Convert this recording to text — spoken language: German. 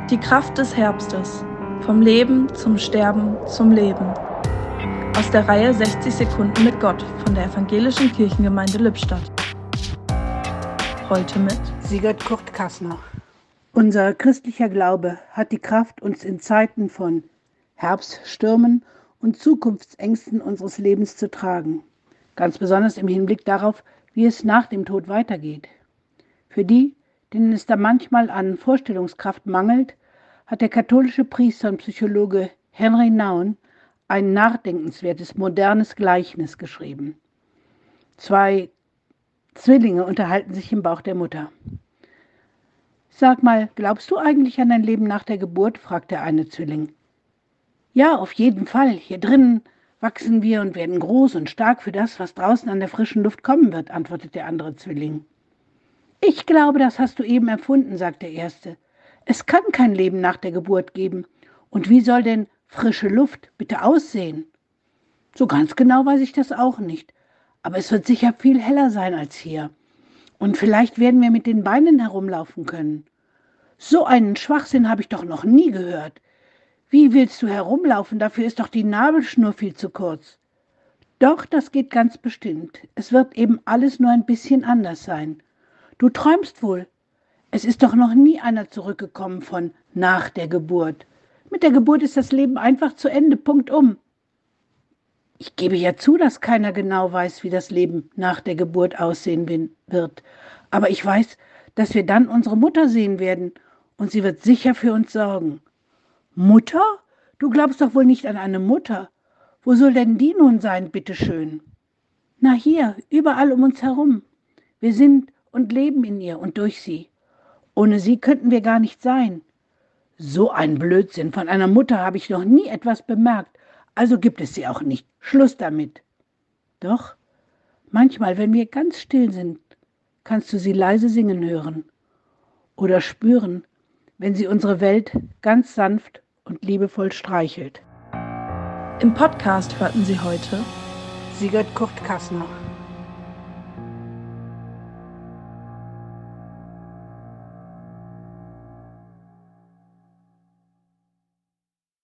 Die Kraft des Herbstes. Vom Leben zum Sterben zum Leben. Aus der Reihe 60 Sekunden mit Gott von der Evangelischen Kirchengemeinde Lippstadt. Heute mit Sigurd Kurt Kassner. Unser christlicher Glaube hat die Kraft, uns in Zeiten von Herbststürmen und Zukunftsängsten unseres Lebens zu tragen. Ganz besonders im Hinblick darauf, wie es nach dem Tod weitergeht. Für die, denen es da manchmal an Vorstellungskraft mangelt, hat der katholische Priester und Psychologe Henry Nouwen ein nachdenkenswertes, modernes Gleichnis geschrieben. 2 Zwillinge unterhalten sich im Bauch der Mutter. »Sag mal, glaubst du eigentlich an ein Leben nach der Geburt?« fragt der eine Zwilling. »Ja, auf jeden Fall. Hier drinnen wachsen wir und werden groß und stark für das, was draußen an der frischen Luft kommen wird«, antwortet der andere Zwilling. »Ich glaube, das hast du eben erfunden«, sagt der erste. »Es kann kein Leben nach der Geburt geben. Und wie soll denn frische Luft bitte aussehen?« »So ganz genau weiß ich das auch nicht. Aber es wird sicher viel heller sein als hier. Und vielleicht werden wir mit den Beinen herumlaufen können.« »So einen Schwachsinn habe ich doch noch nie gehört. Wie willst du herumlaufen? Dafür ist doch die Nabelschnur viel zu kurz.« »Doch, das geht ganz bestimmt. Es wird eben alles nur ein bisschen anders sein. Du träumst wohl. Es ist doch noch nie einer zurückgekommen von nach der Geburt. Mit der Geburt ist das Leben einfach zu Ende, punktum.« Ich gebe ja zu, dass keiner genau weiß, wie das Leben nach der Geburt aussehen wird. Aber ich weiß, dass wir dann unsere Mutter sehen werden und sie wird sicher für uns sorgen. »Mutter? Du glaubst doch wohl nicht an eine Mutter. Wo soll denn die nun sein, bitteschön?« »Na hier, überall um uns herum. Wir sind und leben in ihr und durch sie. Ohne sie könnten wir gar nicht sein.« »So ein Blödsinn. Von einer Mutter habe ich noch nie etwas bemerkt. Also gibt es sie auch nicht. Schluss damit.« »Doch, manchmal, wenn wir ganz still sind, kannst du sie leise singen hören. Oder spüren, wenn sie unsere Welt ganz sanft und liebevoll streichelt.« Im Podcast hörten Sie heute Sigurd Kurt Kassner.